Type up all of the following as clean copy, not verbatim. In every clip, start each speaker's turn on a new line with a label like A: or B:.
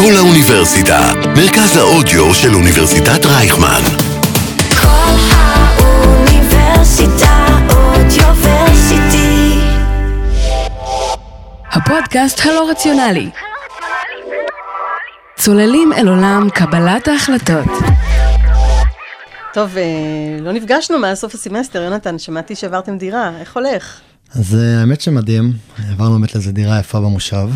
A: כל האוניברסיטה, מרכז האודיו של אוניברסיטת רייכמן.
B: כל האוניברסיטה אודיוורסיטי.
C: הפודקאסט הלא רציונלי. צוללים אל עולם קבלת ההחלטות.
D: טוב, לא נפגשנו מאז סוף הסמסטר, יונתן, שמעתי שעברתם דירה, איך הולך?
E: אז האמת שמדהים, עברנו באמת לזה דירה יפה במושב.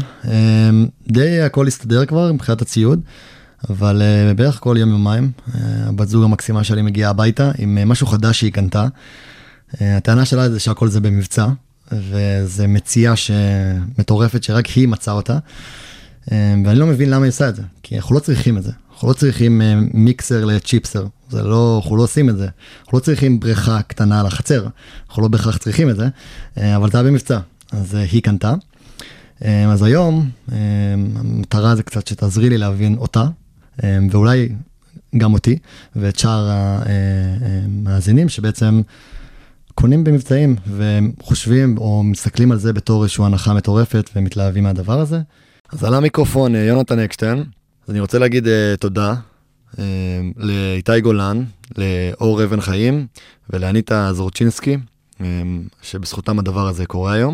E: די הכל הסתדר כבר מבחינת הציוד, אבל בערך כל יום-יומיים, הבת זוג המקסימה שלי מגיעה הביתה עם משהו חדש שהיא קנתה. הטענה שלה זה שהכל זה במבצע, וזה מציאה שמטורפת שרק היא מצאה אותה. ואני לא מבין למה היא עושה את זה, כי אנחנו לא צריכים את זה. אנחנו לא צריכים מיקסר לצ'יפסר, אנחנו לא עושים את זה. אנחנו לא צריכים בריכה קטנה לחצר, אנחנו לא בהכרח צריכים את זה, אבל זה היה במבצע, אז היא קנתה. אז היום, המטרה זה קצת שתעזרי לי להבין אותה, ואולי גם אותי, ואת שאר המאזינים שבעצם קונים במבצעים, וחושבים או מסתכלים על זה בתור איזושהי הנחה מטורפת, ומתלהבים מהדבר הזה. אז על המיקרופון יונתן אקשטיין, אז אני רוצה להגיד תודה לאיתי גולן, לאור אבן חיים ולאניטה זורצ'ינסקי, שבזכותם הדבר הזה קורה היום.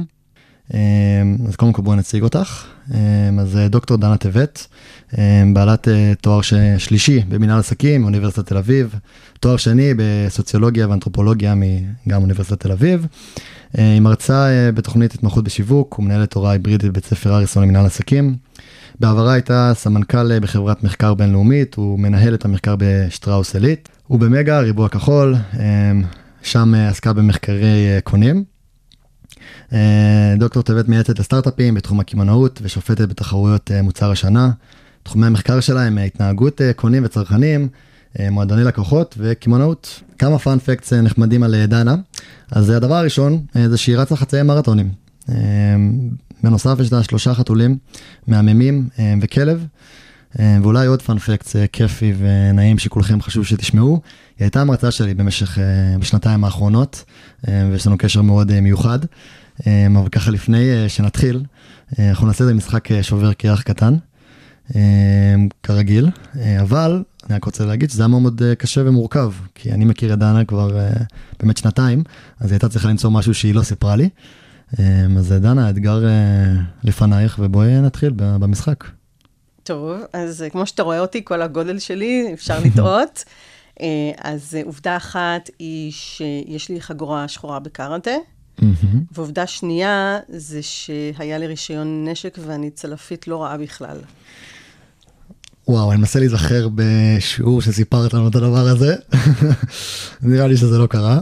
E: אז קודם כל בואו נציג אותך. אז דוקטור דנה טבת, בעלת תואר שלישי במנהל עסקים מאוניברסיטת תל אביב, תואר שני בסוציולוגיה ואנתרופולוגיה גם מאוניברסיטת תל אביב. היא מרצה בתוכנית התמחות בשיווק ומנהלת הוראה היברידית בבית ספר אריסון למנהל עסקים. בעברה הייתה סמנכ"ל בחברת מחקר בינלאומית, הוא מנהל את המחקר בשטראוס עילית, הוא במגה, ריבוע כחול, שם עסקה במחקרי קונים. דוקטור טבת מייעצת לסטארט-אפים בתחום הקמעונאות ושופטת בתחרויות מוצר השנה. תחומי המחקר שלה הם התנהגות קונים וצרכנים, מועדוני לקוחות וקמעונאות. כמה פאנ פקטס נחמדים על דנה. אז הדבר הראשון זה שהיא רצה חצאי מרתונים. בנוסף יש לה 3 חתולים, מהממים וכלב, ואולי עוד פאנ פקטס כיפי ונעים שכולכם חשוב שתשמעו. היא הייתה המרצה שלי במשך בשנתיים האחרונות, ויש לנו קשר מאוד מיוחד, אבל ככה לפני שנתחיל, אנחנו נעשה את משחק שובר קרח קטן, כרגיל, אבל אני רק רוצה להגיד שזה היה מאוד קשה ומורכב, כי אני מכיר את דנה כבר באמת שנתיים, אז היא הייתה צריכה למצוא משהו שהיא לא סיפרה לי. אז דנה, האתגר לפנייך, ובואי נתחיל במשחק.
D: טוב, אז כמו שאתה רואה אותי, כל הגודל שלי, אפשר לטעות. אז עובדה אחת היא שיש לי חגורה שחורה בקראטה, ועובדה שנייה זה שהיה לי רישיון נשק ואני צלפית לא רעה בכלל.
E: וואו, אני מנסה להיזכר בשיעור שסיפרת לנו את הדבר הזה. נראה לי שזה לא קרה.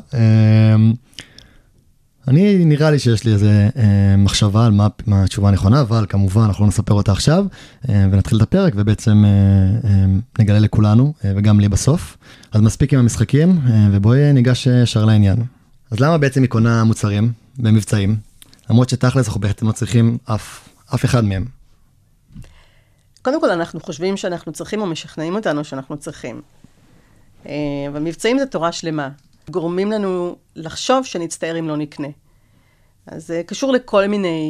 E: נראה לי שיש לי איזה מחשבה על מה התשובה הנכונה, אבל כמובן אנחנו לא נספר אותה עכשיו, ונתחיל את הפרק ובעצם נגלה לכולנו, וגם לי בסוף. אז מספיק עם המשחקים, ובואי ניגש ישר לעניין. אז למה בעצם היא קונה מוצרים במבצעים? למרות שתכלס אנחנו בעצם לא צריכים אף אחד מהם.
D: קודם כל אנחנו חושבים שאנחנו צריכים או משכנעים אותנו שאנחנו צריכים. ומבצעים זה תורה שלמה. גורמים לנו לחשוב שנצטער אם לא נקנה. אז זה קשור לכל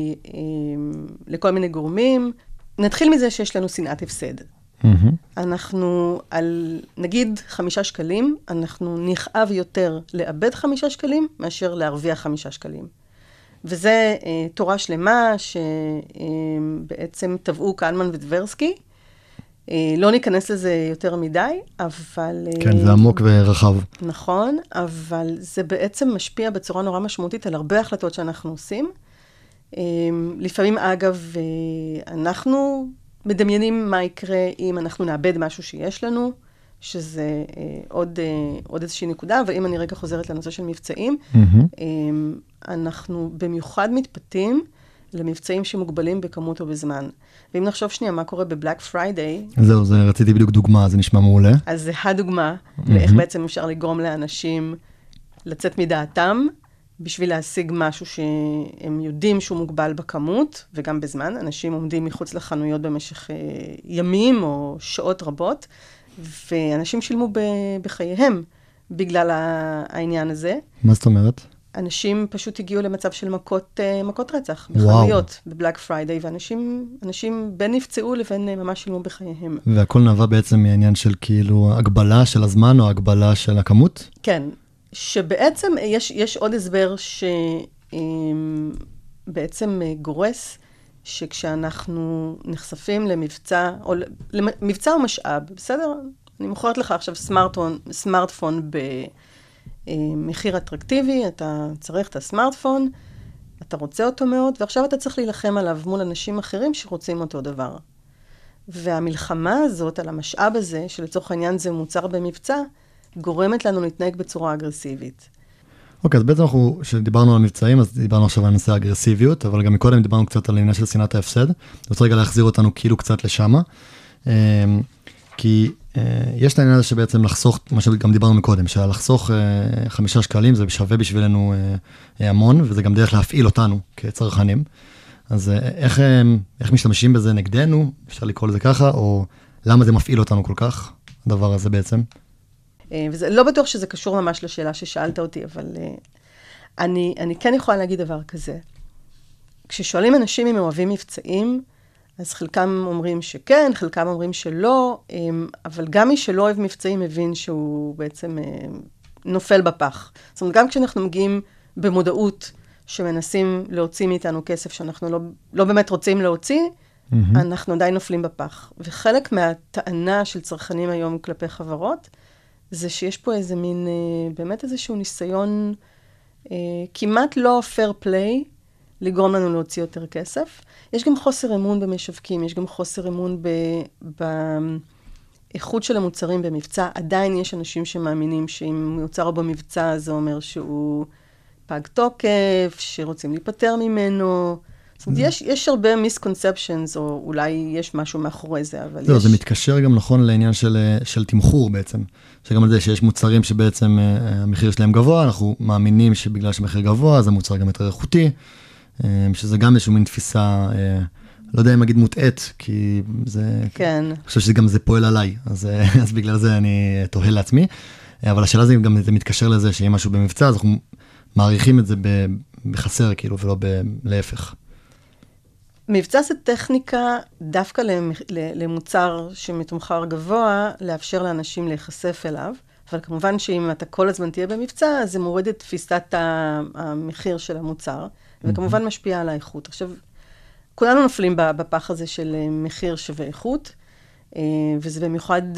D: מיני גורמים. נתחיל מזה שיש לנו שנאת הפסד. אנחנו על, נגיד 5 שקלים, אנחנו נכאב יותר לאבד 5 שקלים, מאשר להרוויח 5 שקלים. וזה תורה שלמה שבעצם טבעו קלמן ודברסקי. לא ניכנס לזה יותר מדי, אבל...
E: כן, זה עמוק ורחב.
D: נכון, אבל זה בעצם משפיע בצורה נורא משמעותית על הרבה החלטות שאנחנו עושים. לפעמים, אגב, אנחנו מדמיינים מה יקרה אם אנחנו נאבד משהו שיש לנו, שזה עוד איזושהי נקודה, ואם אני רגע חוזרת לנושא של מבצעים, אנחנו במיוחד מתפתים למבצעים שמוגבלים בכמות או בזמן. ואם נחשוב שנייה מה קורה בבלק פריידיי...
E: זהו, רציתי בדיוק דוגמה, זה נשמע מעולה.
D: אז זה הדוגמה לאיך בעצם אפשר לגרום לאנשים לצאת מדעתם, בשביל להשיג משהו שהם יודעים שהוא מוגבל בכמות, וגם בזמן. אנשים עומדים מחוץ לחנויות במשך ימים או שעות רבות, ואנשים שילמו בחייהם בגלל העניין הזה.
E: מה זאת אומרת?
D: אנשים פשוט הגיעו למצב של מכות רצח,
E: וואו.
D: בחנויות, בבלאק פריידיי, ואנשים בין נפצעו לבין ממש שילמו בחייהם.
E: והכל נבע בעצם מעניין של כאילו הגבלה של הזמן או הגבלה של הכמות?
D: כן, שבעצם יש עוד הסבר שבעצם גורס, שכשאנחנו נחשפים למבצע, או מבצע או משאב, בסדר? אני מוכרת לך עכשיו סמארטפון במחיר אטרקטיבי, אתה צריך את הסמארטפון, אתה רוצה אותו מאוד, ועכשיו אתה צריך להילחם עליו מול אנשים אחרים שרוצים אותו דבר. והמלחמה הזאת על המשאב הזה, שלצורך העניין זה מוצר במבצע, גורמת לנו להתנהג בצורה אגרסיבית.
E: אוקיי, אז בעצם אנחנו, כשדיברנו על מבצעים, אז דיברנו עכשיו על נושא האגרסיביות, אבל גם מקודם דיברנו קצת על העניין של שנאת ההפסד. אני רוצה רגע להחזיר אותנו כאילו קצת לשמה, כי יש את העניין הזה שבעצם לחסוך, מה שגם דיברנו מקודם, שלחסוך 5 שקלים זה שווה בשבילנו המון, וזה גם דרך להפעיל אותנו כצרכנים. אז איך משתמשים בזה נגדנו, אפשר לקרוא לזה ככה, או למה זה מפעיל אותנו כל כך, הדבר הזה בעצם?
D: וזה לא בטוח שזה קשור ממש לשאלה ששאלת אותי, אבל אני כן יכולה להגיד דבר כזה. כששואלים אנשים אם הם אוהבים מבצעים, אז חלקם אומרים שכן, חלקם אומרים שלא, אבל גם מי שלא אוהב מבצעים מבין שהוא בעצם נופל בפח. זאת אומרת, גם כשאנחנו מגיעים במודעות שמנסים להוציא מאיתנו כסף שאנחנו לא באמת רוצים להוציא, אנחנו עדיין נופלים בפח. וחלק מהטענה של צרכנים היום כלפי חברות, זה שיש פה איזה מין, באמת איזשהו ניסיון כמעט לא fair play, לגרום לנו להוציא יותר כסף. יש גם חוסר אמון במשווקים, יש גם חוסר אמון באיכות של המוצרים במבצע. עדיין יש אנשים שמאמינים שאם מיוצר במבצע, זה אומר שהוא פג תוקף, שרוצים להיפטר ממנו. זאת אומרת, יש הרבה misconceptions, או אולי יש משהו מאחורי זה, אבל
E: לא, זה מתקשר גם נכון לעניין של תמחור בעצם. שגם על זה שיש מוצרים שבעצם המחיר שלהם גבוה, אנחנו מאמינים שבגלל שהמחיר גבוה, אז המוצר גם יותר איכותי, שזה גם איזשהו מין תפיסה, לא יודע אם אגיד מוטעת, כי זה...
D: כן.
E: אני חושב שגם זה פועל עליי, אז בגלל זה אני תוהה לעצמי. אבל השאלה זה גם זה מתקשר לזה שאם משהו במבצע, אז אנחנו מעריכים את זה בחסר, כאילו, ולא להפך.
D: מבצע זה טכניקה דווקא למוצר שמתומחר גבוה, לאפשר לאנשים להיחשף אליו, אבל כמובן שאם אתה כל הזמן תהיה במבצע, אז זה מוריד את תפיסת המחיר של המוצר, וכמובן משפיע על האיכות. עכשיו, כולנו נופלים בפח הזה של מחיר שווה איכות, וזה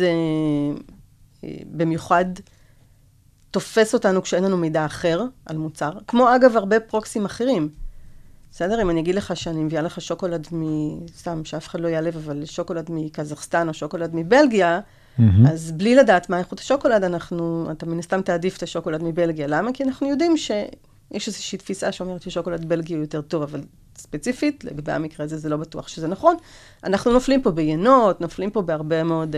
D: במיוחד תופס אותנו כשאין לנו מידע אחר על מוצר, כמו אגב הרבה פרוקסים אחרים. בסדר? אם אני אגיד לך שאני מביאה לך שוקולד סתם, שאף אחד לא יעלב, אבל שוקולד מקזחסטן או שוקולד מבלגיה, אז בלי לדעת מה איכות השוקולד, אתה מן הסתם תעדיף את השוקולד מבלגיה. למה? כי אנחנו יודעים שיש איזושהי תפיסה שאומרת ששוקולד בלגי הוא יותר טוב, אבל ספציפית, לגבי המקרה הזה, זה לא בטוח שזה נכון. אנחנו נופלים פה ביינות, נופלים פה בהרבה מאוד,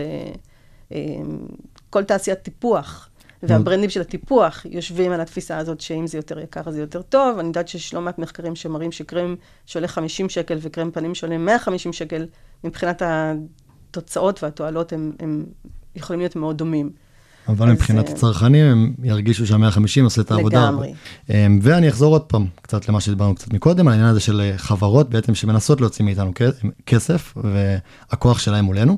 D: כל תעשיית טיפוח. והברנדים של הטיפוח יושבים על התפיסה הזאת שאם זה יותר יקר, זה יותר טוב. אני יודעת שיש לא מעט מחקרים שמראים שקרם שעולה 50 שקל וקרם פנים שעולה 150 שקל, מבחינת התוצאות והתועלות הם יכולים להיות מאוד דומים.
E: אבל מבחינת הצרכנים הם ירגישו שה-150 עושה את העבודה.
D: לגמרי.
E: ואני אחזור עוד פעם קצת למה שדיברנו קצת מקודם, על העניין הזה של חברות בעצם שמנסות להוציא מאיתנו כסף, והכוח שלהם מולנו.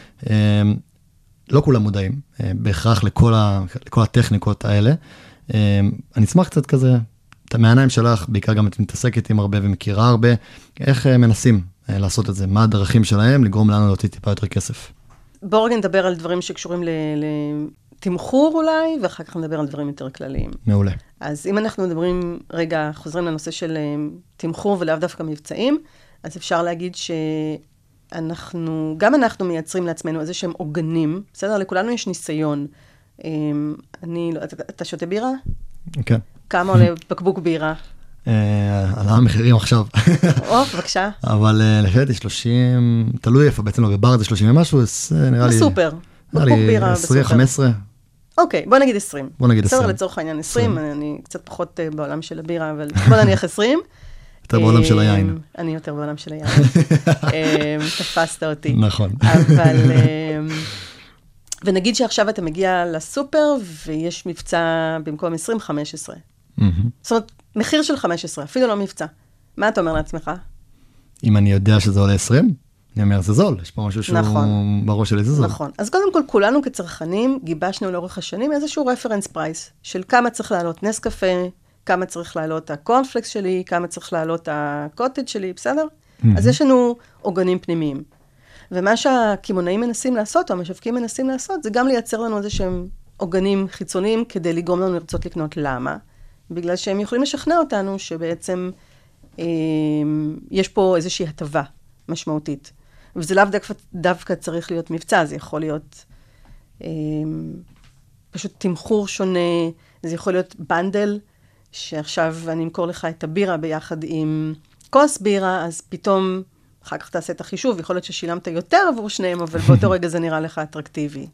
E: לא כולם מודעים, בהכרח לכל הטכניקות האלה. אני אשמח קצת כזה, מהעיניים שלך, בעיקר גם את מתעסקת עם הרבה ומכירה הרבה, איך מנסים לעשות את זה? מה הדרכים שלהם לגרום לנו להוציא טיפה יותר כסף?
D: בואו רגע נדבר על דברים שקשורים לתמחור אולי, ואחר כך נדבר על דברים יותר כלליים.
E: מעולה.
D: אז אם אנחנו מדברים, רגע, חוזרים לנושא של תמחור ולאו דווקא מבצעים, אז אפשר להגיד גם אנחנו מייצרים לעצמנו איזה שהם עוגנים, בסדר? לכולנו יש ניסיון. אתה שותה בירה?
E: כן.
D: כמה עולה בקבוק בירה?
E: עלה המחירים עכשיו.
D: בבקשה.
E: אבל לפי 30, תלוי איפה, בעצם לא בבר זה 30 ומשהו, נראה לי...
D: בסופר. בקבוק בירה בסופר.
E: 15.
D: אוקיי, בוא נגיד 20.
E: בוא נגיד 20.
D: בסדר, לצורך העניין 20, אני קצת פחות בעולם של הבירה, אבל בוא נניח 20.
E: יותר בעולם של היין.
D: אני יותר בעולם של היין. תפסת אותי.
E: נכון.
D: אבל... ונגיד שעכשיו אתה מגיע לסופר, ויש מבצע במקום 20, 15. זאת אומרת, מחיר של 15, אפילו לא מבצע. מה אתה אומר לעצמך?
E: אם אני יודע שזה עולה 20, אני אומר, זה זול, יש פה משהו שהוא בראש שלי, זה זול.
D: נכון. אז קודם כל, כולנו כצרכנים, גיבשנו לאורך השנים איזשהו רפרנס פרייס, של כמה צריך לעלות נס קפה, כמה צריך לעלות הקורנפלקס שלי, כמה צריך לעלות הקוטג' שלי, בסדר? אז יש לנו עוגנים פנימיים. ומה שהכימונאים מנסים לעשות, או המשווקים מנסים לעשות, זה גם לייצר לנו איזה שהם עוגנים חיצוניים, כדי לגרום לנו לרצות לקנות. למה? בגלל שהם יכולים לשכנע אותנו שבעצם יש פה איזושהי הטבה משמעותית. וזה לאו דווקא צריך להיות מבצע, זה יכול להיות פשוט תמחור שונה, זה יכול להיות בנדל, שעכשיו אני אמכור לך את הבירה ביחד עם כוס בירה, אז פתאום אחר כך תעשה את החישוב, יכול להיות ששילמת יותר עבור שניהם, אבל באותו רגע זה נראה לך אטרקטיבי.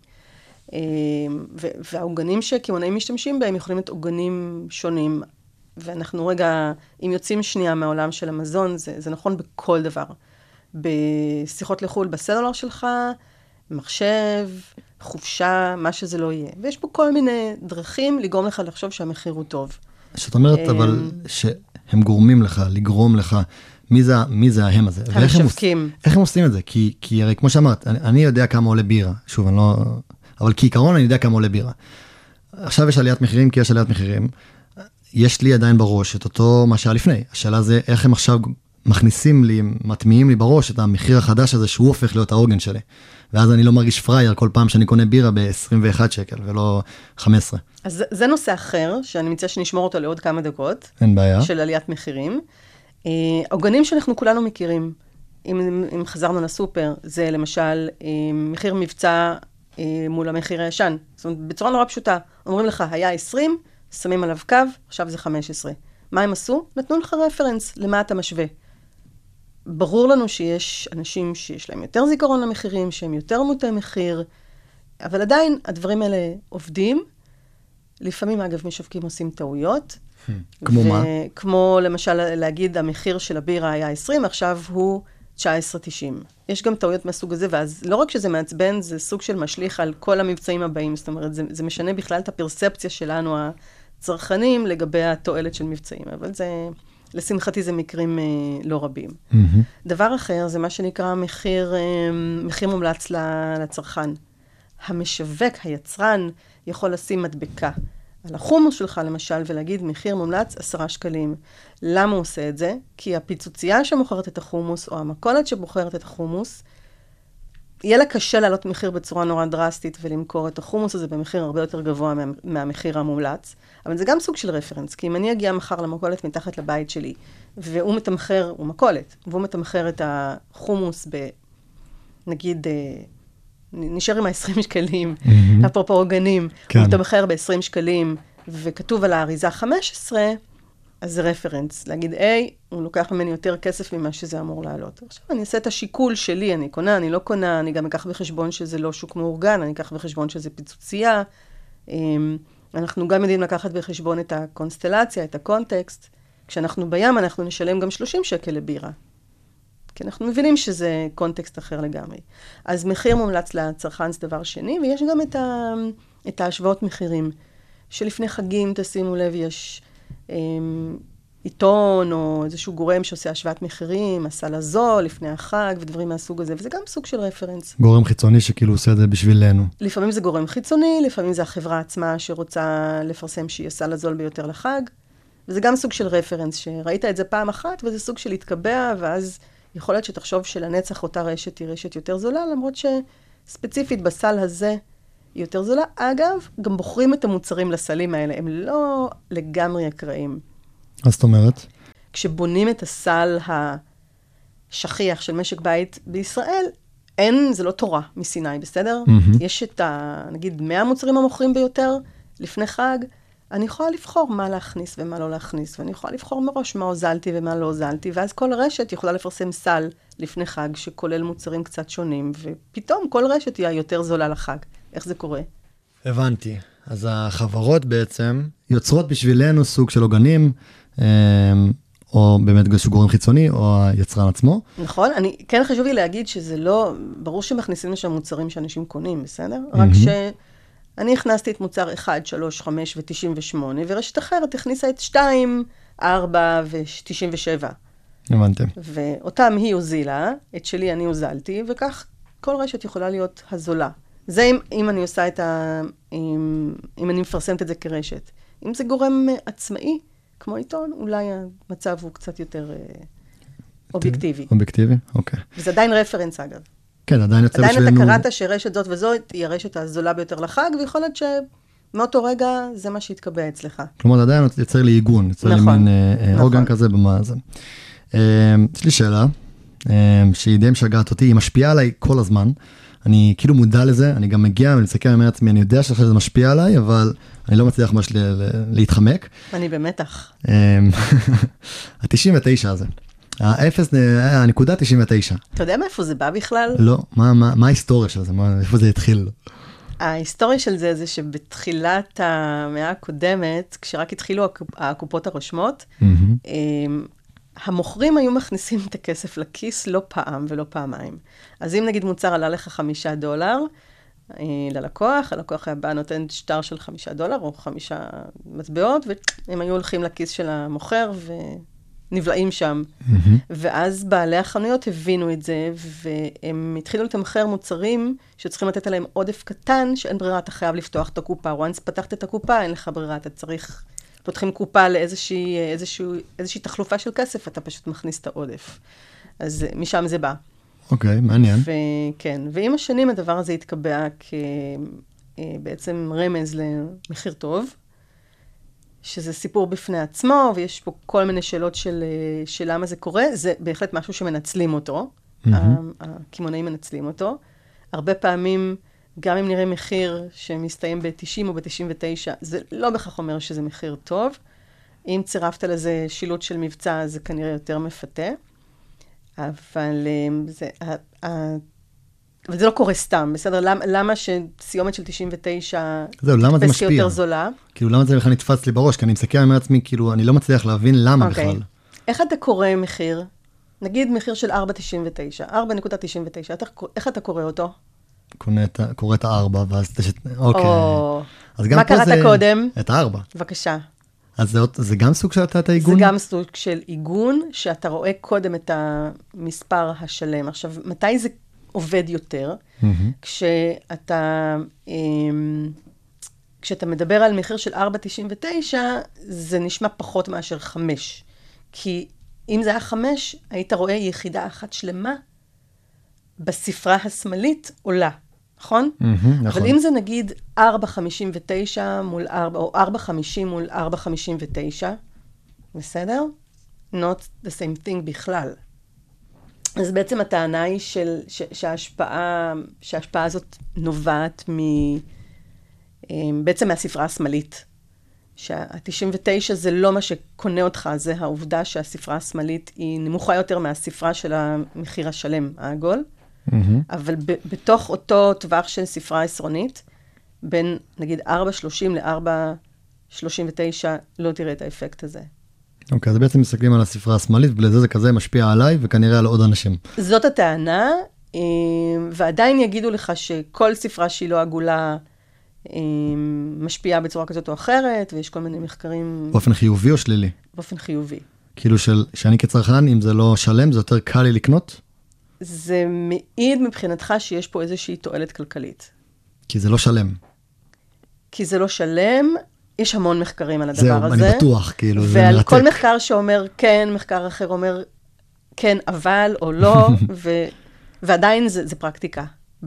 D: והעוגנים שכימונאים משתמשים בהם יכולים להיות עוגנים שונים, ואנחנו רגע, אם יוצאים שנייה מהעולם של המזון, זה נכון בכל דבר. בשיחות לחול בסלולר שלך, מחשב, חופשה, מה שזה לא יהיה. ויש פה כל מיני דרכים לגרום לך לחשוב שהמחיר הוא טוב.
E: שאת אומרת, אבל שהם גורמים לך, לגרום לך, מי זה ההם הזה?
D: המשווקים.
E: איך הם עושים את זה? כי הרי כמו שאמרת, אני יודע כמה עולה בירה. שוב, אני לא... אבל כעיקרון אני יודע כמה עולה בירה. עכשיו יש עליית מחירים, כי יש עליית מחירים. יש לי עדיין בראש את אותו מה שהיה לפני. השאלה זה איך הם עכשיו מכניסים לי, מטמיעים לי בראש את המחיר החדש הזה, שהוא הופך להיות העוגן שלי. ואז אני לא מרגיש פרייר כל פעם שאני קונה בירה ב-21 שקל, ולא 15.
D: אז זה נושא אחר, שאני מציעה שנשמור אותו לעוד כמה דקות.
E: אין בעיה.
D: של עליית מחירים. עוגנים שאנחנו כולנו מכירים, אם חזרנו לסופר, זה למשל מחיר מבצע מול המחיר הישן. זאת אומרת, בצורה נורא פשוטה, אומרים לך, היה 20, שמים עליו קו, עכשיו זה 15. מה הם עשו? נתנו לך רפרנס למה אתה משווה. ברור לנו שיש אנשים שיש להם יותר זיכרון למחירים, שהם יותר מוטי מחיר, אבל עדיין הדברים האלה עובדים. לפעמים, אגב, משווקים עושים טעויות.
E: כמו מה?
D: כמו למשל להגיד, המחיר של הבירה היה 20, עכשיו הוא 19.90. יש גם טעויות מהסוג הזה, ואז לא רק שזה מעצבן, זה סוג של משליך על כל המבצעים הבאים. זאת אומרת, זה משנה בכלל את הפרספציה שלנו, הצרכנים, לגבי התועלת של מבצעים. אבל זה... לשמחתי זה מקרים לא רבים. דבר אחר זה מה שנקרא מחיר מומלץ לצרכן. המשווק, היצרן, יכול לשים מדבקה על החומוס שלך למשל, ולהגיד מחיר מומלץ 10 שקלים. למה הוא עושה את זה? כי הפיצוצייה שמוכרת את החומוס, או המכולת שבוחרת את החומוס, יהיה לה קשה לעלות מחיר בצורה נורא דרסטית, ולמכור את החומוס הזה במחיר הרבה יותר גבוה מהמחיר המומלץ. אבל זה גם סוג של רפרנס, כי אם אני אגיע מחר למכולת מתחת לבית שלי, והוא מתמחר, הוא מכולת, והוא מתמחר את החומוס נגיד, נשאר עם ה-20 שקלים, אפרופו עוגנים, הוא מתמחר ב-20 שקלים, וכתוב על האריזה 15, אז זה רפרנס. להגיד, הוא לוקח ממני יותר כסף ממה שזה אמור לעלות. עכשיו, אני אעשה את השיקול שלי, אני קונה, אני לא קונה, אני גם אקח בחשבון שזה לא שוק מאורגן, אני אקח בחשבון שזה פיצוצייה. אנחנו גם יודעים לקחת בחשבון את הקונסטלציה, את הקונטקסט. כשאנחנו בים, אנחנו נשלם גם 30 שקל לבירה. כי אנחנו מבינים שזה קונטקסט אחר לגמרי. אז מחיר מומלץ לצרכן זה דבר שני, ויש גם את ההשוואות מחירים. שלפני חגים, תשימו לב, יש עיתון או איזשהו גורם שעושה השוואת מחירים, הסל הזול, לפני החג ודברים מהסוג הזה, וזה גם סוג של רפרנס.
E: גורם חיצוני שכאילו עושה את זה בשבילנו.
D: לפעמים זה גורם חיצוני, לפעמים זה החברה עצמה שרוצה לפרסם שהיא הסל הזול ביותר לחג, וזה גם סוג של רפרנס, שראית את זה פעם אחת, וזה סוג של התקבע, ואז יכול להיות שתחשוב שלנצח אותה רשת היא רשת יותר זולה, למרות שספציפית בסל הזה היא יותר זולה. אגב, גם בוחרים את המוצרים לסלים האלה, הם לא לגמרי אקראיים.
E: אז זאת אומרת?
D: כשבונים את הסל השכיח של משק בית בישראל, זה לא תורה מסיני, בסדר? יש את נגיד 100 מוצרים המוכרים ביותר לפני חג, אני יכולה לבחור מה להכניס ומה לא להכניס, ואני יכולה לבחור מראש מה הוזלתי ומה לא הוזלתי, ואז כל רשת יכולה לפרסם סל לפני חג שכולל מוצרים קצת שונים, ופתאום כל רשת היא יותר זולה לחג. איך זה קורה?
E: הבנתי. אז החברות בעצם יוצרות בשבילנו סוג של עוגנים, או באמת גורם חיצוני, או היצרן עצמו.
D: נכון, כן חשוב לי להגיד שזה לא, ברור שמכניסים לשם מוצרים שאנשים קונים, בסדר? רק שאני הכנסתי את מוצר 1, 3, 5 ו-98, ורשת אחרת הכניסה את 2, 4.97.
E: הבנתם.
D: ואותם היא הוזילה, את שלי אני הוזלתי, וכך כל רשת יכולה להיות הזולה. זה אם אני עושה אם אני מפרסמת את זה כרשת. אם זה גורם עצמאי, כמו עיתון, אולי המצב הוא קצת יותר אובייקטיבי.
E: אובייקטיבי, אוקיי.
D: וזה עדיין רפרנס, אגב.
E: כן, עדיין יוצא בשבילנו...
D: עדיין אתה קראת שרשת זאת וזאת היא הרשת הזולה ביותר לחג, ויכול להיות שמאותו רגע זה מה שהתקבע אצלך.
E: כלומר, עדיין יוצר לי עיגון, יוצר לי מין אורגן כזה במה זה. יש לי שאלה, שהיא די משגעת אותי, היא משפיעה עליי כל הזמן, אני כאילו מודע לזה, אני גם מגיע ואני מסתכל ואומר לעצמי, אני יודע שעכשיו זה משפיע עליי, אבל אני לא מצליח ממש להתחמק.
D: אני במתח.
E: ה-99 הזה. הנקודה 99.
D: אתה יודע מאיפה זה בא בכלל?
E: לא, מה ההיסטוריה של זה? איפה זה התחיל?
D: ההיסטוריה של זה שבתחילת המאה הקודמת, כשרק התחילו הקופות הרושמות, המוכרים היו מכניסים את הכסף לכיס לא פעם ולא פעמיים. אז אם נגיד מוצר עלה לך $5 ללקוח, הלקוח היה בא נותן שטר של $5 או 5 מטבעות, והם היו הולכים לכיס של המוכר ונבלעים שם. ואז בעלי החנויות הבינו את זה, והם התחילו לתמחר מוצרים שצריכים לתת עליהם עודף קטן, שאין ברירה, אתה חייב לפתוח את הקופה. once פתחת את הקופה, אין לך ברירה, אתה צריך... פותחים קופה לאיזושהי תחלופה של כסף, אתה פשוט מכניס את העודף. אז משם זה בא.
E: אוקיי, מעניין.
D: כן, ועם השנים הדבר הזה התקבע בעצם רמז למחיר טוב, שזה סיפור בפני עצמו, ויש פה כל מיני שאלות של למה זה קורה. זה בהחלט משהו שמנצלים אותו, הכימונאים מנצלים אותו. הרבה פעמים... גם אם נראה מחיר שמסתיים ב-90 או ב-99, זה לא בכך אומר שזה מחיר טוב. אם צירפת לזה שילוט של מבצע, זה כנראה יותר מפתה. אבל זה לא קורה סתם, בסדר? למה שסיומת של 99 תתפס יותר זולה?
E: כאילו, למה זה בכלל נתפס לי בראש? כי אני מסתכל על עצמי, כאילו, אני לא מצליח להבין למה בכלל.
D: איך אתה קורא מחיר? נגיד מחיר של 4.99, 4.99, איך אתה קורא אותו?
E: קורא את ה-4, ואז אוקיי.
D: מה קראת קודם?
E: את ה-4.
D: בבקשה.
E: אז זה גם סוג של את העיגון?
D: זה גם סוג של עיגון, שאתה רואה קודם את המספר השלם. עכשיו, מתי זה עובד יותר? כשאתה מדבר על מחיר של 4.99, זה נשמע פחות מאשר 5. כי אם זה היה 5, היית רואה יחידה אחת שלמה, בספרה השמאלית עולה, נכון?
E: נכון.
D: אבל אם זה נגיד 4.59 מול 4, או 4.50 מול 4.59, בסדר? Not the same thing בכלל. אז בעצם הטענה היא שההשפעה הזאת נובעת בעצם מהספרה השמאלית. שה-99 זה לא מה שקונה אותך, זה העובדה שהספרה השמאלית היא נמוכה יותר מהספרה של המחיר השלם, העגול. אבל בתוך אותו טווח של ספרה עשרונית, בין נגיד 4.30 ל-4.39, לא תראה את האפקט הזה.
E: אוקיי, אז בעצם מסתכלים על הספרה השמאלית, ולזה זה כזה משפיע עליי, וכנראה על עוד אנשים.
D: זאת הטענה, ועדיין יגידו לך שכל ספרה שהיא לא עגולה, משפיעה בצורה כזאת או אחרת, ויש כל מיני מחקרים...
E: באופן חיובי או שלילי?
D: באופן חיובי.
E: כאילו שאני כצרכן, אם זה לא שלם, זה יותר קל לי לקנות?
D: זה מעיד מבחינתך שיש פה איזושהי תועלת כלכלית.
E: כי זה לא שלם.
D: כי זה לא שלם, יש המון מחקרים על הדבר הזה.
E: זהו, אני בטוח, כאילו, זה
D: ועל
E: מרתק.
D: כל מחקר שאומר כן, מחקר אחר אומר כן, אבל או לא, ועדיין זה פרקטיקה.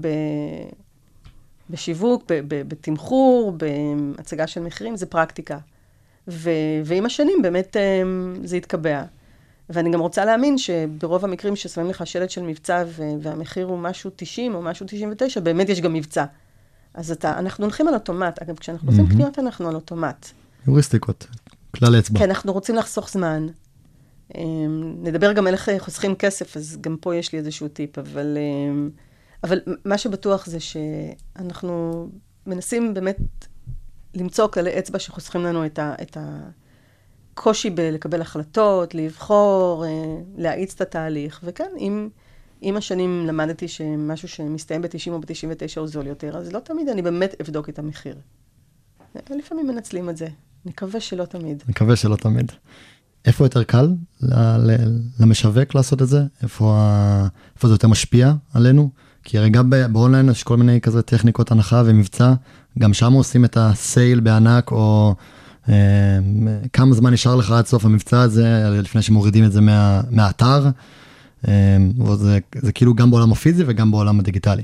D: בשיווק, בתמחור, בהצגה של מחירים, זה פרקטיקה. ועם השנים באמת זה יתקבע. ואני גם רוצה להאמין שברוב המקרים ששמים לך שלט של מבצע והמחיר הוא משהו 90 או משהו 99, באמת יש גם מבצע. אז אנחנו הולכים על אוטומט. אגב, כשאנחנו עושים קניות, אנחנו על אוטומט.
E: יוריסטיקות, כלל אצבע.
D: כי אנחנו רוצים לחסוך זמן. נדבר גם על איך חוסכים כסף, אז גם פה יש לי איזשהו טיפ, אבל מה שבטוח זה שאנחנו מנסים באמת למצוא כלי אצבע שחוסכים לנו את הקושי בלקבל החלטות, לבחור, להאיץ את התהליך. וכן, עם השנים למדתי שמשהו שמסתיים ב-90 או ב-99 הוא זול יותר, אז לא תמיד אני באמת אבדוק את המחיר. לפעמים מנצלים את זה. נקווה שלא תמיד.
E: נקווה שלא תמיד. איפה יותר קל למשווק לעשות את זה? איפה זה יותר משפיע עלינו? כי הרי גם באונליין יש כל מיני כזה טכניקות הנחה ומבצע, גם שם עושים את הסייל בענק, או כמה זמן נשאר לך עד סוף המבצע הזה, לפני שמורידים את זה מהאתר, זה כאילו גם בעולם הפיזי וגם בעולם הדיגיטלי.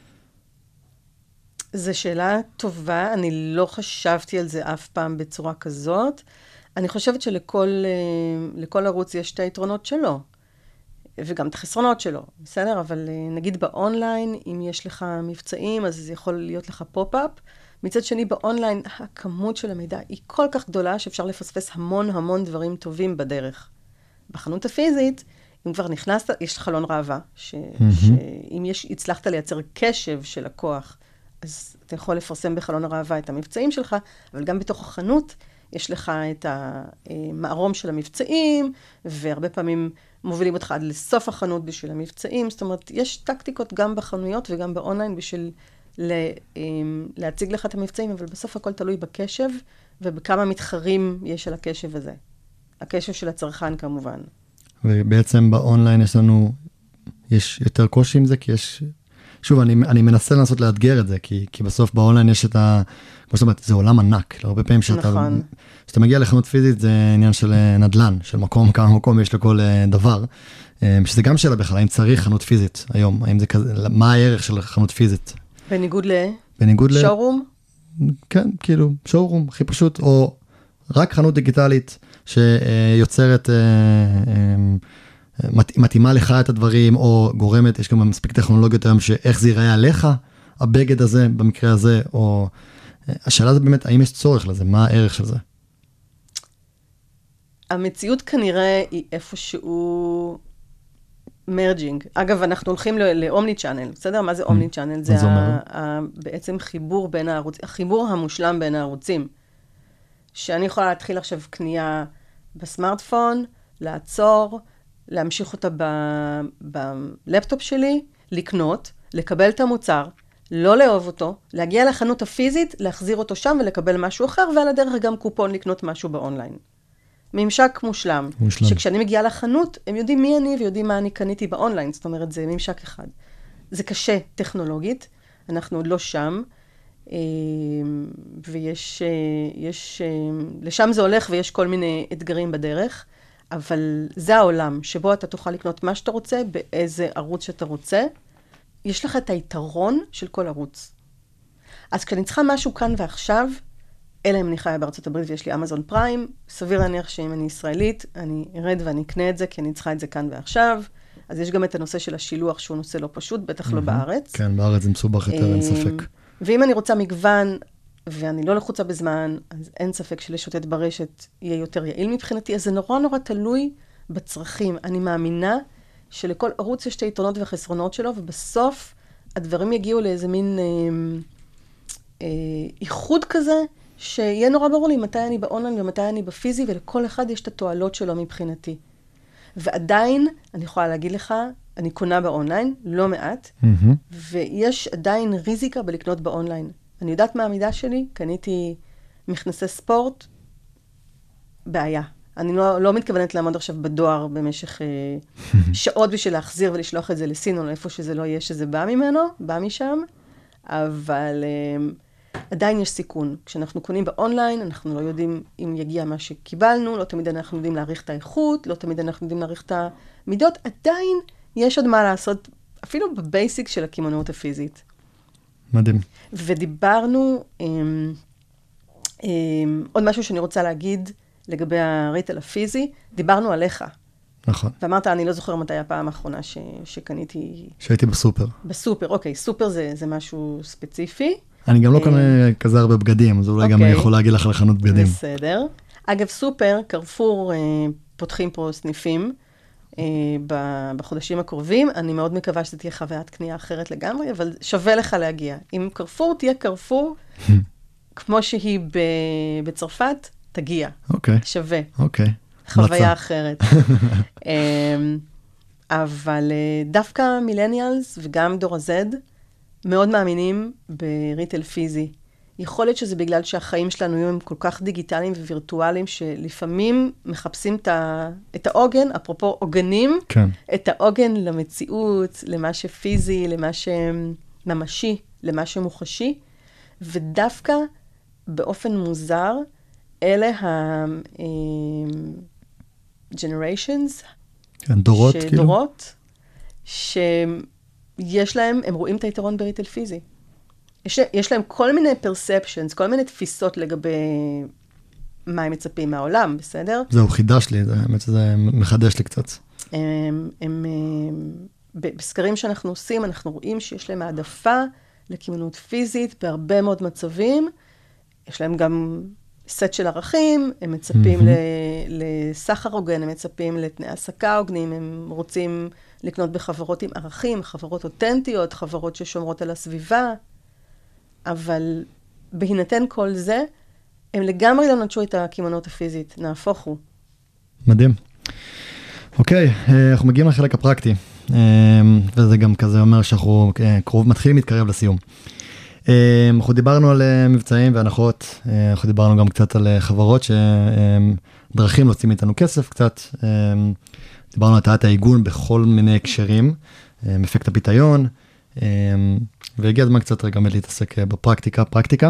D: זו שאלה טובה, אני לא חשבתי על זה אף פעם בצורה כזאת. אני חושבת שלכל ערוץ יש את היתרונות שלו, וגם את החסרונות שלו, בסדר? אבל נגיד באונליין, אם יש לך מבצעים, אז זה יכול להיות לך פופ-אפ. מצד שני, באונליין, הכמות של המידע היא כל כך גדולה, שאפשר לפספס המון דברים טובים בדרך. בחנות הפיזית, אם כבר נכנסת, יש חלון ראווה, שאם הצלחת לייצר קשב של לקוח, אז אתה יכול לפרסם בחלון הראווה את המבצעים שלך, אבל גם בתוך החנות יש לך את המערום של המבצעים, והרבה פעמים מובילים אותך עד לסוף החנות בשביל המבצעים. זאת אומרת, יש טקטיקות גם בחנויות וגם באונליין בשביל להציג לך את המבצעים, אבל בסוף הכל תלוי בקשב, ובכמה מתחרים יש על הקשב הזה. הקשב של הצרכן כמובן.
E: ובעצם באונליין יש יותר קושי עם זה, כי יש... שוב, אני מנסה לנסות לאתגר את זה, כי בסוף באונליין יש את כמו זאת אומרת, זה עולם ענק. הרבה פעמים שאתה מגיע לחנות פיזית, זה עניין של נדל"ן, של מקום, כמה מקום יש לכל דבר. שזה גם שאלה בכלל, האם צריך חנות פיזית היום? האם זה כזה, מה הערך של חנות פיזית?
D: בניגוד שואורום?
E: כן, כאילו, שואורום, הכי פשוט, או רק חנות דיגיטלית שיוצרת... מתאימה לך את הדברים, או גורמת, יש גם מספיק טכנולוגיות היום, שאיך זה ייראה עליך, הבגד הזה, במקרה הזה, או... השאלה זה באמת, האם יש צורך לזה? מה הערך של זה?
D: המציאות כנראה היא איפשהו מרג'ינג. אגב, אנחנו הולכים לאומני צ'אנל, בסדר? מה זה אומני צ'אנל? זה בעצם חיבור בין הערוצים, החיבור המושלם בין הערוצים. שאני יכולה להתחיל עכשיו קנייה בסמארטפון, לעצור, להמשיך אותה בלפטופ שלי, לקנות, לקבל את המוצר, לא לאהוב אותו, להגיע לחנות הפיזית, להחזיר אותו שם ולקבל משהו אחר, ועל הדרך גם קופון לקנות משהו באונליין. ממשק מושלם. שכשאני מגיעה לחנות, הם יודעים מי אני ויודעים מה אני קניתי באונליין, זאת אומרת, זה ממשק אחד. זה קשה טכנולוגית, אנחנו עוד לא שם, ויש, לשם זה הולך ויש כל מיני אתגרים בדרך, אבל זה העולם שבו אתה תוכל לקנות מה שאתה רוצה, באיזה ערוץ שאתה רוצה. יש לך את היתרון של כל ערוץ. אז כשאני צריכה משהו כאן ועכשיו, אלא אם אני חיה בארצות הברית ויש לי אמזון פריים, סביר להניח שאם אני ישראלית, אני ארד ואני אקנה את זה, כי אני צריכה את זה כאן ועכשיו. אז יש גם את הנושא של השילוח, שהוא נושא לא פשוט, בטח לא בארץ.
E: כן, בארץ זה מסובך יותר, אין ספק.
D: ואם אני רוצה מגוון, ואני לא לחוצה בזמן, אז אין ספק שלשוטט ברשת יהיה יותר יעיל מבחינתי, אז זה נורא תלוי בצרכים. אני מאמינה שלכל ערוץ יש את היתרונות והחסרונות שלו, ובסוף הדברים יגיעו לאיזה מין איחוד כזה, שיהיה נורא ברור לי מתי אני באונליין ומתי אני בפיזי, ולכל אחד יש את התועלות שלו מבחינתי. ועדיין, אני יכולה להגיד לך, אני קונה באונליין, לא מעט, ויש עדיין ריזיקה בלקנות באונליין. אני יודעת מה המידה שלי, קניתי מכנסי ספורט, בעיה. אני לא מתכוונת לעמוד עכשיו בדואר במשך שעות בשביל להחזיר ולשלוח את זה לסין, או לאיפה שזה לא יהיה, שזה בא ממנו, בא משם, אבל עדיין יש סיכון. כשאנחנו קונים באונליין, אנחנו לא יודעים אם יגיע מה שקיבלנו, לא תמיד אנחנו יודעים להעריך את האיכות, לא תמיד אנחנו יודעים להעריך את המידות, עדיין יש עוד מה לעשות, אפילו בבייסיק של הקמעונאות הפיזית.
E: מדהים.
D: ודיברנו, עוד משהו שאני רוצה להגיד לגבי הריטל הפיזי, דיברנו עליך.
E: נכון.
D: ואמרת, אני לא זוכר מתי הפעם האחרונה שקניתי...
E: שהייתי בסופר.
D: בסופר, אוקיי. סופר זה משהו ספציפי.
E: אני גם לא קונה כזה הרבה בגדים, אז אולי גם אני יכול להגיד לך לחנות בגדים.
D: בסדר. אגב, סופר, קרפור, פותחים פה סניפים בחודשים הקרובים. אני מאוד מקווה שזו תהיה חוויית קנייה אחרת לגמרי, אבל שווה לך להגיע. אם קרפור תהיה קרפור, כמו שהיא בצרפת, תגיע.
E: אוקיי.
D: שווה.
E: אוקיי.
D: חוויה אחרת. אבל דווקא מילניאלס וגם דור הזד מאוד מאמינים בריטל פיזי. יכול להיות שזה בגלל שהחיים שלנו הם כל כך דיגיטליים ווירטואליים, שלפעמים מחפשים את העוגן, אפרופו עוגנים,
E: כן.
D: את העוגן למציאות, למה שפיזי, למה שממשי, למה שמוחשי, ודווקא באופן מוזר, אלה generations,
E: כן, דורות, כאילו.
D: דורות, שיש להם, הם רואים את היתרון בריטל פיזי. יש להם כל מיני perceptions, כל מיני תפיסות לגבי מה הם מצפים מהעולם, בסדר?
E: זהו, חידש לי, האמת שזה מחדש לי קצת.
D: בסקרים שאנחנו עושים, אנחנו רואים שיש להם העדפה לקיימות פיזית בהרבה מאוד מצבים. יש להם גם סט של ערכים, הם מצפים לסחר הוגן, הם מצפים לתנאי העסקה הוגנים, הם רוצים לקנות בחברות עם ערכים, חברות אותנטיות, חברות ששומרות על הסביבה. אבל בהינתן כל זה, הם לגמרי לא נטשו את הכימונות הפיזית, נהפוך הוא. מדהים.
E: אוקיי, אנחנו מגיעים לחלק הפרקטי, וזה גם כזה אומר שאנחנו מתחילים להתקרב לסיום. אנחנו דיברנו על מבצעים והנחות, אנחנו דיברנו גם קצת על חברות שדרכים להוציא מאיתנו כסף קצת, דיברנו על תעת העיגון בכל מיני הקשרים, אפקט הפיתיון, והגיע הזמן קצת רגע להתעסק בפרקטיקה.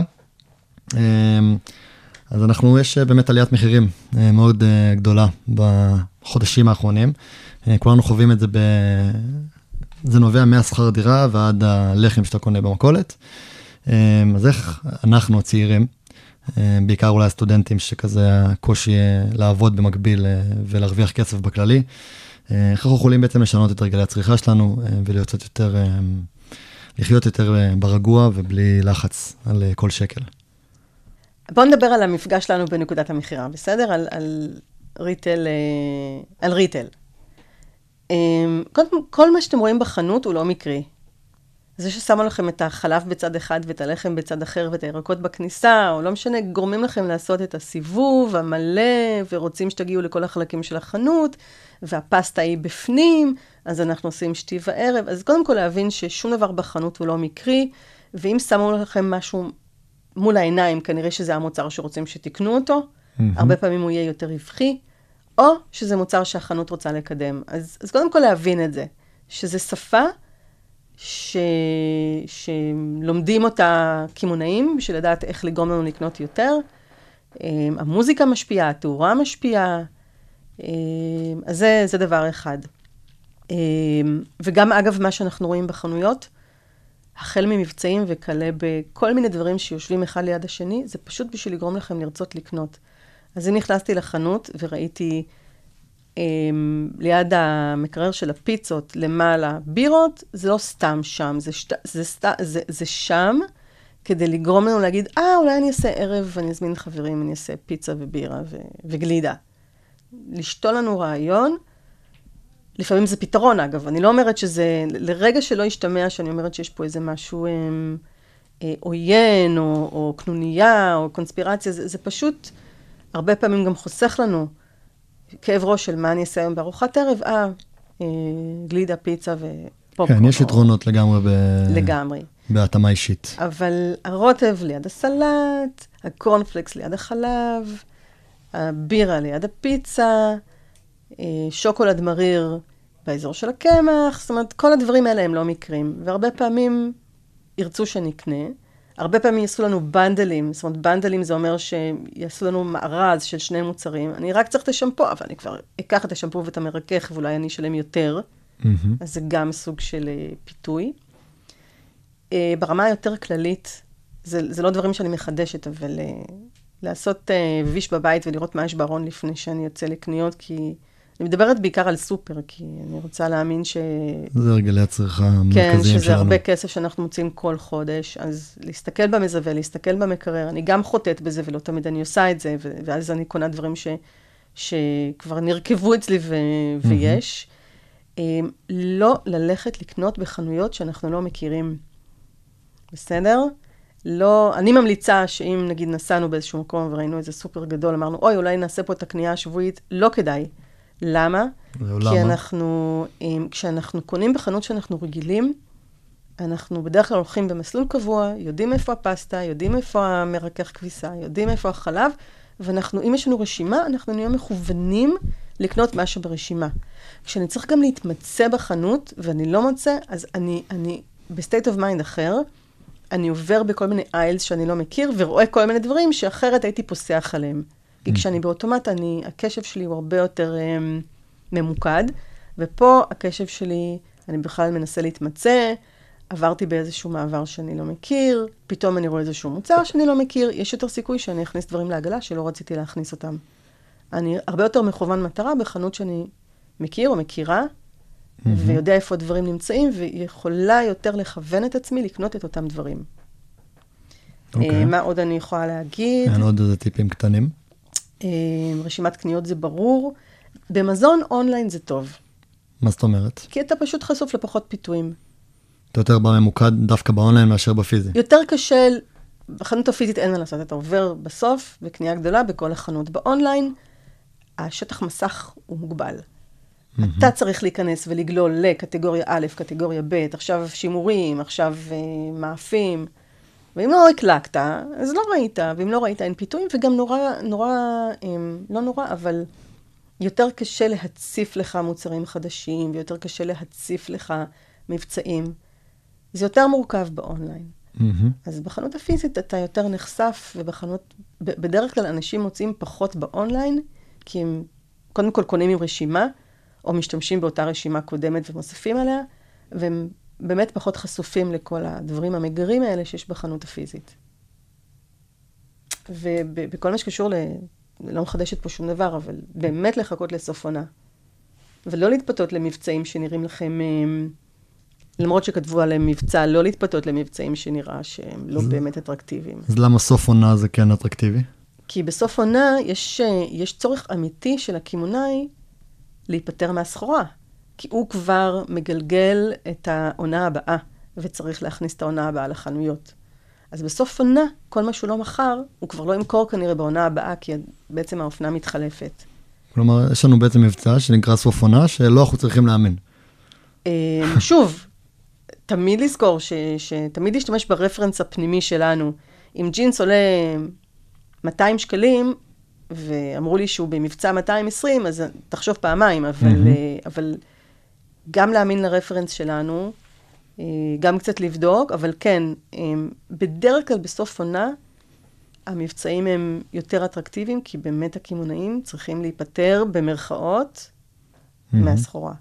E: אז יש באמת עליית מחירים מאוד גדולה בחודשים האחרונים. כולנו חווים את זה, זה נובע מהשכר דירה ועד הלחם שאתה קונה במכולת. אז איך אנחנו הצעירים, בעיקר אולי הסטודנטים שכזה הקושי לעבוד במקביל ולהרוויח כסף בכללי, איך אנחנו יכולים בעצם לשנות את הרגלי הצריכה שלנו ולהיות יותר, לחיות יותר ברגוע ובלי לחץ על כל שקל.
D: בואו נדבר על המפגש שלנו בנקודת המחירה, בסדר? על ריטל. כל מה שאתם רואים בחנות הוא לא מקרי. זה ששמו לכם את החלב בצד אחד ואת הלחם בצד אחר ואת הירקות בכניסה, או לא משנה, גורמים לכם לעשות את הסיבוב המלא, ורוצים שתגיעו לכל החלקים של החנות, והפסטה היא בפנים, אז אנחנו עושים שתי וערב. אז קודם כל להבין ששום דבר בחנות הוא לא מקרי, ואם שמו לכם משהו מול העיניים, כנראה שזה המוצר שרוצים שתקנו אותו, הרבה פעמים הוא יהיה יותר רווחי, או שזה מוצר שהחנות רוצה לקדם. אז קודם כל להבין את זה, שזה שפה שלומדים אותה כימונאים, בשביל לדעת איך לגרום לנו לקנות יותר. המוזיקה משפיעה, התאורה משפיעה, אז זה דבר אחד. וגם אגב מה שאנחנו רואים בחנויות, החל ממבצעים וכלה בכל מיני דברים שיושבים אחד ליד השני, זה פשוט בשביל לגרום לכם לרצות לקנות. אז אני נכנסתי לחנות וראיתי ליד המקרר של הפיצות למעלה בירות, זה לא סתם שם, זה שם כדי לגרום לנו להגיד, אולי אני אעשה ערב ואני אזמין חברים, אני אעשה פיצה ובירה וגלידה. לשתול לנו רעיון, לפעמים זה פתרון אגב, אני לא אומרת שזה, לרגע שלא ישתמע שאני אומרת שיש פה איזה משהו עוין או קנוניה או קונספירציה, זה פשוט הרבה פעמים גם חוסך לנו כאב ראש של מה אני אעשה היום בארוחת ערב, גלידה, פיצה ופופקורן.
E: כן, יש יתרונות
D: לגמרי.
E: בהתאמה אישית.
D: אבל הרוטב ליד הסלט, הקורנפלקס ליד החלב, הבירה ליד הפיצה, שוקולד מריר באזור של הקמח, זאת אומרת, כל הדברים האלה הם לא מקרים, והרבה פעמים ירצו שנקנה, הרבה פעמים יעשו לנו בנדלים, זאת אומרת, בנדלים זה אומר שיעשו לנו מארז של שני מוצרים, אני רק צריך את השמפו, אבל אני כבר אקח את השמפו ואת המרכך, ואולי אני אשלם יותר, אז זה גם סוג של פיתוי. ברמה היותר כללית, זה לא דברים שאני מחדשת, אבל לעשות ויש בבית ולראות מה יש בארון לפני שאני יוצא לקניות, כי אני מדברת בעיקר על סופר, כי אני רוצה להאמין
E: זה הרגלי הצריכה המרכזיים שלנו.
D: כן, שזה הרבה כסף שאנחנו מוצאים כל חודש, אז להסתכל במזווה, להסתכל במקרר, אני גם חוטאת בזה ולא תמיד אני עושה את זה, ואז אני קונה דברים שכבר נרכבו אצלי ויש. לא ללכת לקנות בחנויות שאנחנו לא מכירים. בסדר? לא, אני ממליצה שאם נגיד נסענו באיזשהו מקום וראינו איזה סופר גדול, אמרנו, אולי נעשה פה את הקנייה השבועית, לא כדאי. למה? כי כשאנחנו קונים בחנות שאנחנו רגילים, אנחנו בדרך כלל הולכים במסלול קבוע, יודעים איפה הפסטה, יודעים איפה המרכך כביסה, יודעים איפה החלב, ואנחנו, אם יש לנו רשימה, אנחנו נהיה מכוונים לקנות משהו ברשימה. כשאני צריך גם להתמצא בחנות, ואני לא מוצא, אז אני בסטייט אוף מיינד אחר, אני עובר בכל מיני איילס שאני לא מכיר, ורואה כל מיני דברים שאחרת הייתי פוסח עליהם. כי כשאני באוטומט, הקשב שלי הוא הרבה יותר ממוקד, ופה הקשב שלי, אני בכלל מנסה להתמצא, עברתי באיזשהו מעבר שאני לא מכיר, פתאום אני רואה איזשהו מוצר שאני לא מכיר, יש יותר סיכוי שאני אכניס דברים לעגלה שלא רציתי להכניס אותם. אני הרבה יותר מכוון מטרה בחנות שאני מכיר או מכירה, ויודע איפה הדברים נמצאים, ויכולה יותר לכוון את עצמי לקנות את אותם דברים. מה עוד אני יכולה להגיד?
E: אין עוד איזה טיפים קטנים?
D: רשימת קניות זה ברור. במזון אונליין זה טוב.
E: מה זאת אומרת?
D: כי אתה פשוט חשוף לפחות פיתויים.
E: אתה יותר בממוקד דווקא באונליין מאשר בפיזי.
D: יותר קשה, בחנות הפיזית אין מה לעשות, אתה עובר בסוף בקנייה גדולה בכל החנות. באונליין, השטח מסך הוא מוגבל. אתה צריך להיכנס ולגלול לקטגוריה א', קטגוריה ב', עכשיו שימורים, עכשיו מאפים, ואם לא הקלקת, אז לא ראית, ואם לא ראית אין פיתויים, וגם לא נורא, אבל יותר קשה להציף לך מוצרים חדשים, ויותר קשה להציף לך מבצעים. זה יותר מורכב באונליין. אז בחנות הפיזית אתה יותר נחשף, ובחנות, בדרך כלל אנשים מוצאים פחות באונליין, כי הם קודם כל קונים עם רשימה, או משתמשים באותה רשימה קודמת ומוסיפים עליה, והם באמת פחות חשופים לכל הדברים המגרים האלה שיש בחנות הפיזית. ובכל מה שקשור לא מחדשת פה שום דבר, אבל באמת לחכות לסוף עונה. ולא להתפתות למבצעים שנראים לכם, למרות שכתבו עליהם מבצע, לא להתפתות למבצעים שנראה שהם לא באמת אטרקטיביים.
E: אז למה סוף עונה זה כן אטרקטיבי?
D: כי בסוף עונה יש צורך אמיתי של הקמעונאי להיפטר מהסחורה. כי הוא כבר מגלגל את העונה הבאה, וצריך להכניס את העונה הבאה לחנויות. אז בסוף עונה, כל מה שהוא לא מכר, הוא כבר לא ימכור כנראה בעונה הבאה, כי בעצם האופנה מתחלפת.
E: כלומר, יש לנו בעצם מבצע שנקרא סוף עונה, שלא אנחנו צריכים לאמן.
D: שוב, תמיד לזכור שתמיד להשתמש ברפרנס הפנימי שלנו. אם ג'ינס עולה 200 שקלים, ואמרו לי שהוא במבצע 220, אז תחשוב פעמיים, אבל גם להאמין לרפרנס שלנו, גם קצת לבדוק, אבל כן, בדרך כלל בסוף עונה, המבצעים הם יותר אטרקטיביים, כי באמת הקמעונאים צריכים להיפטר במרכאות מהסחורה.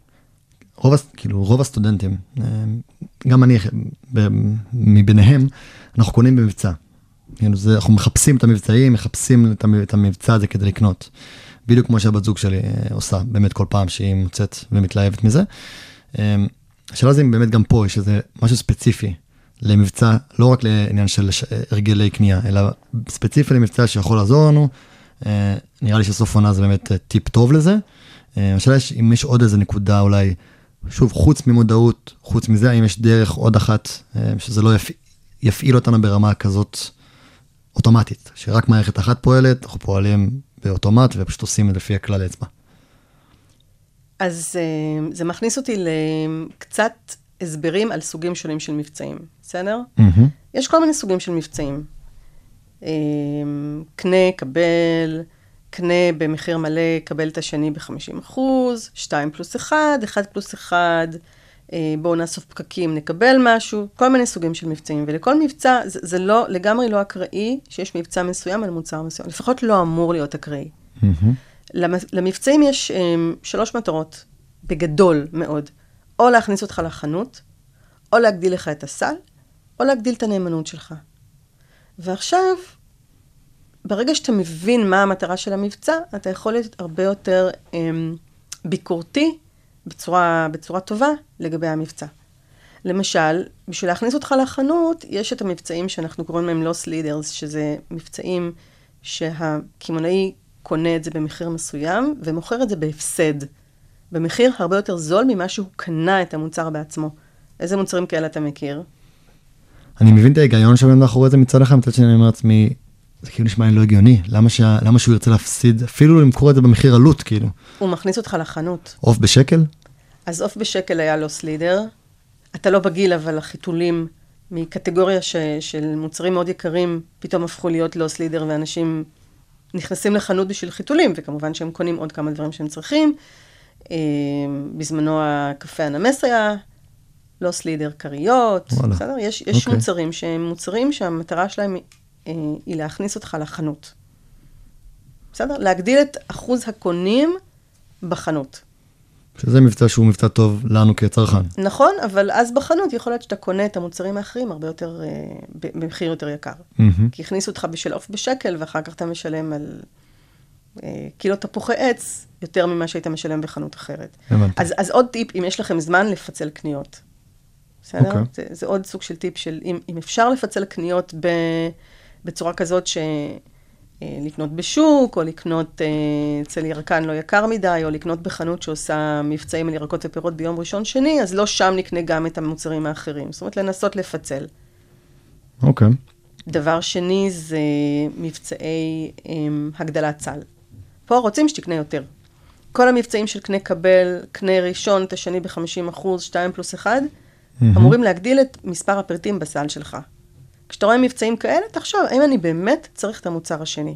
E: רוב הסטודנטים, גם אני, מביניהם, אנחנו קונים במבצע. אנחנו מחפשים את המבצעים, מחפשים את המבצע הזה כדי לקנות. בדיוק כמו שהבת זוג שלי עושה, באמת כל פעם שהיא מוצאת ומתלהבת מזה. השאלה זה אם באמת גם פה יש איזה משהו ספציפי למבצע, לא רק לעניין של הרגלי קנייה, אלא ספציפי למבצע שיכול לעזור לנו. נראה לי שסוף עונה זה באמת טיפ טוב לזה. השאלה אם יש עוד איזה נקודה אולי, שוב, חוץ ממודעות, חוץ מזה, האם יש דרך עוד אחת, שזה לא יפעיל אותנו ברמה כזאת אוטומטית, שרק מערכת אחת פועלת, אנחנו פועלים באוטומט, ופשוט עושים לפי הכלל האצבע.
D: אז זה מכניס אותי לקצת הסברים על סוגים שונים של מבצעים, בסדר? יש כל מיני סוגים של מבצעים. קנה, קבל, קנה במחיר מלא, קבל את השני ב-50%, 2+1, 1+1, בואו נאסוף פקקים, נקבל משהו, כל מיני סוגים של מבצעים. ולכל מבצע, זה לא, לגמרי לא אקראי, שיש מבצע מסוים על מוצר מסוים. לפחות לא אמור להיות אקראי. למבצעים יש 3 מטרות, בגדול מאוד. או להכניס אותך לחנות, או להגדיל לך את הסל, או להגדיל את הנאמנות שלך. ועכשיו, ברגע שאתה מבין מה המטרה של המבצע, אתה יכול להיות הרבה יותר ביקורתי, בצורה טובה, לגבי המבצע. למשל, בשביל להכניס אותך לחנות, יש את המבצעים שאנחנו קוראים להם loss leaders, שזה מבצעים שהקמעונאי קונה את זה במחיר מסוים, ומוכר את זה בהפסד. במחיר הרבה יותר זול ממה שהוא קנה את המוצר בעצמו. איזה מוצרים כאלה אתה מכיר?
E: אני מבין את ההיגיון שבן מאחורי זה מצד אחד, מצד שני אני אומר לעצמי, זה כאילו נשמע לי לא הגיוני. למה שהוא ירצה להפסיד? אפילו למכור את זה במחיר עלות, כאילו.
D: הוא מכניס אותך לחנות.
E: עוף בשקל?
D: אז עוף בשקל היה loss leader. אתה לא בגיל, אבל החיתולים מקטגוריה של מוצרים מאוד יקרים, פתאום הפכו להיות לוס לידר, ואנשים נכנסים לחנות בשביל חיתולים, וכמובן שהם קונים עוד כמה דברים שהם צריכים. בזמנו הקפה הנמס היה לוס לידר, קריות, בסדר? יש מוצרים שהם מוצרים שהמטרה שלהם היא להכניס אותך לחנות. בסדר? להגדיל את אחוז הקונים בחנות.
E: שזה מבצע שהוא מבצע טוב לנו כצרכן.
D: נכון, אבל אז בחנות יכול להיות שאתה קונה את המוצרים האחרים הרבה יותר, במחיר יותר יקר. כי הכניסו אותך בשל עוף בשקל, ואחר כך אתה משלם על קילו תפוחי עץ, יותר ממה שהיית משלם בחנות אחרת. אז עוד טיפ, אם יש לכם זמן, לפצל קניות. בסדר? זה עוד סוג של טיפ של, אם אפשר לפצל קניות בצורה כזאת לקנות בשוק, או לקנות אצל ירקן לא יקר מדי, או לקנות בחנות שעושה מבצעים על ירקות ופירות ביום ראשון שני, אז לא שם נקנה גם את המוצרים האחרים. זאת אומרת, לנסות לפצל.
E: אוקיי.
D: דבר שני זה מבצעי הגדלת סל. פה רוצים שתקנה יותר. כל המבצעים של קנה קבל, קנה ראשון, את השני ב-50%, 2+1, אמורים להגדיל את מספר הפרטים בסל שלך. כשאתה רואה מבצעים כאלה, תחשוב, האם אני באמת צריך את המוצר השני?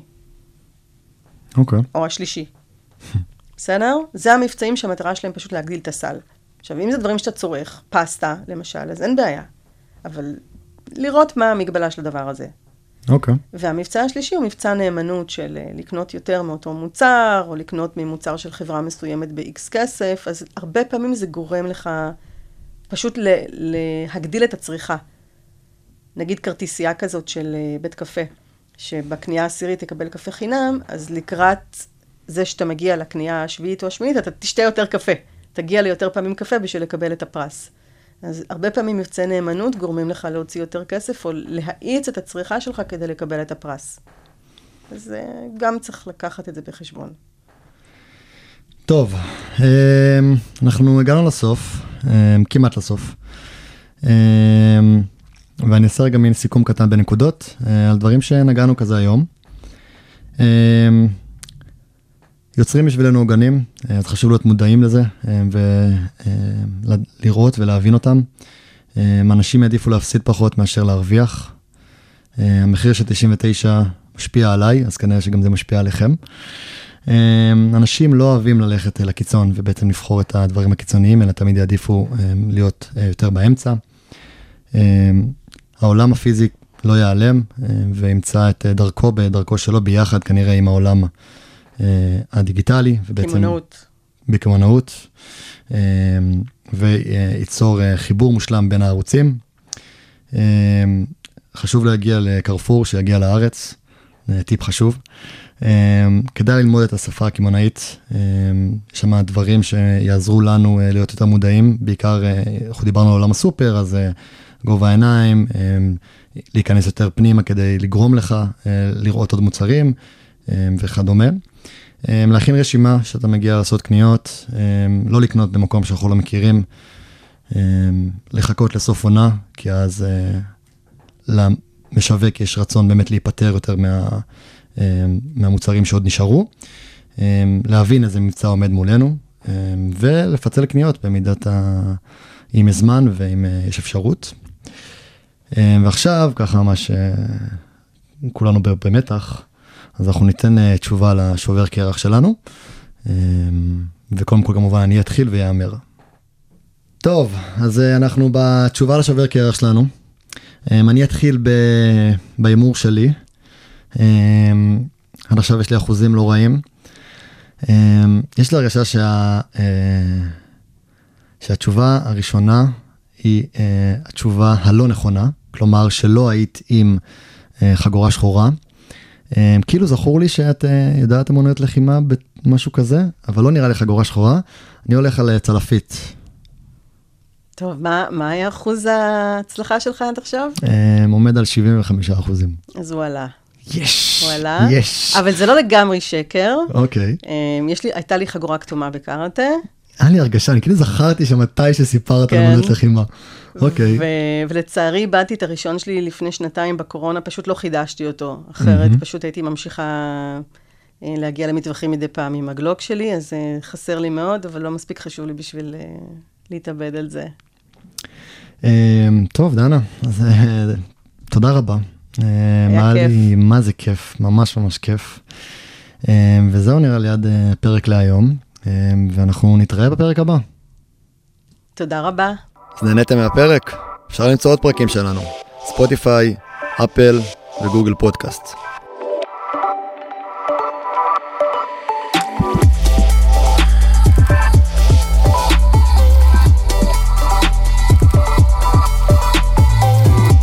E: אוקיי.
D: או השלישי. בסדר? זה המבצעים שהמטרה שלהם פשוט להגדיל את הסל. עכשיו, אם זה דברים שאתה צורך, פסטה, למשל, אז אין בעיה. אבל לראות מה המגבלה של הדבר הזה.
E: אוקיי.
D: והמבצע השלישי הוא מבצע נאמנות של לקנות יותר מאותו מוצר, או לקנות ממוצר של חברה מסוימת ב-X כסף, אז הרבה פעמים זה גורם לך פשוט להגדיל את הצריכה. נגיד כרטיסייה כזאת של בית קפה, שבקנייה העשירית תקבל קפה חינם, אז לקראת זה שאתה מגיע לקנייה השביעית או השמינית, אתה תשתה יותר קפה. תגיע ליותר פעמים קפה בשביל לקבל את הפרס. אז הרבה פעמים מבצעי נאמנות גורמים לך להוציא יותר כסף, או להאיץ את הצריכה שלך כדי לקבל את הפרס. אז גם צריך לקחת את זה בחשבון.
E: טוב, אנחנו הגענו לסוף, כמעט לסוף. ואני אעשה רגע מין סיכום קטן בנקודות, על דברים שנגענו כזה היום. יוצרים בשבילנו עוגנים, אז חשוב להיות מודעים לזה, ולראות ולהבין אותם. אנשים העדיפו להפסיד פחות מאשר להרוויח. המחיר של 99 משפיע עליי, אז כנראה שגם זה משפיע עליכם. אנשים לא אוהבים ללכת לקיצון, ובעצם לבחור את הדברים הקיצוניים, אלא תמיד יעדיפו להיות יותר באמצע. העולם הפיזי לא ייעלם, וימצא את דרכו בדרכו שלו ביחד, כנראה עם העולם הדיגיטלי.
D: קמעונאות.
E: בקמעונאות, וייצור חיבור מושלם בין הערוצים. חשוב להגיע לקרפור, שיגיע לארץ, טיפ חשוב. כדאי ללמוד את השפה הקמעונאית, יש שם דברים שיעזרו לנו להיות יותר מודעים, בעיקר, אנחנו דיברנו על עולם הסופר, אז גובה העיניים, להיכנס יותר פנימה כדי לגרום לך, לראות עוד מוצרים וכדומה. להכין רשימה שאתה מגיע לעשות קניות, לא לקנות במקום שאנחנו לא מכירים, לחכות לסוף עונה, כי אז למשווק יש רצון באמת להיפטר יותר מהמוצרים שעוד נשארו, להבין איזה מבצע עומד מולנו, ולפצל קניות במידת עם הזמן ואם יש אפשרות. ועכשיו, ככה מה שכולנו במתח, אז אנחנו ניתן תשובה לשובר קרח שלנו, וקודם כל כמובן אני אתחיל ויאמר. טוב, אז אנחנו בתשובה לשובר קרח שלנו. אני אתחיל באימור שלי. עד עכשיו יש לי אחוזים לא רעים. יש לי הרגשה שהתשובה הראשונה היא התשובה הלא נכונה, כלומר שלא היית עם חגורה שחורה. כאילו זכור לי שאת יודעת אמנויות לחימה במשהו כזה, אבל לא נראה לי חגורה שחורה, אני הולך על צלפית.
D: טוב, מה היה אחוז ההצלחה שלך עד עכשיו?
E: עומד על 75%.
D: אז הוא עלה.
E: יש.
D: הוא עלה.
E: יש.
D: אבל זה לא לגמרי שקר.
E: אוקיי.
D: הייתה לי חגורה כתומה בקראטה.
E: היה לי הרגשה, אני כאילו זכרתי שמתי שסיפרת על אמנויות לחימה. אוקיי.
D: ולצערי, באתי את הראשון שלי לפני שנתיים בקורונה, פשוט לא חידשתי אותו. אחרת פשוט הייתי ממשיכה להגיע למטווחים מדי פעם עם הגלוק שלי, אז חסר לי מאוד, אבל לא מספיק חשוב לי בשביל להתאבד על זה.
E: טוב, דנה, אז תודה רבה.
D: היה כיף.
E: מה זה כיף, ממש ממש כיף. וזהו נראה לי עד פרק להיום, ואנחנו נתראה בפרק הבא.
D: תודה רבה.
E: אז נהניתם מהפרק? אפשר למצוא עוד פרקים שלנו, ספוטיפיי, אפל וגוגל פודקאסט.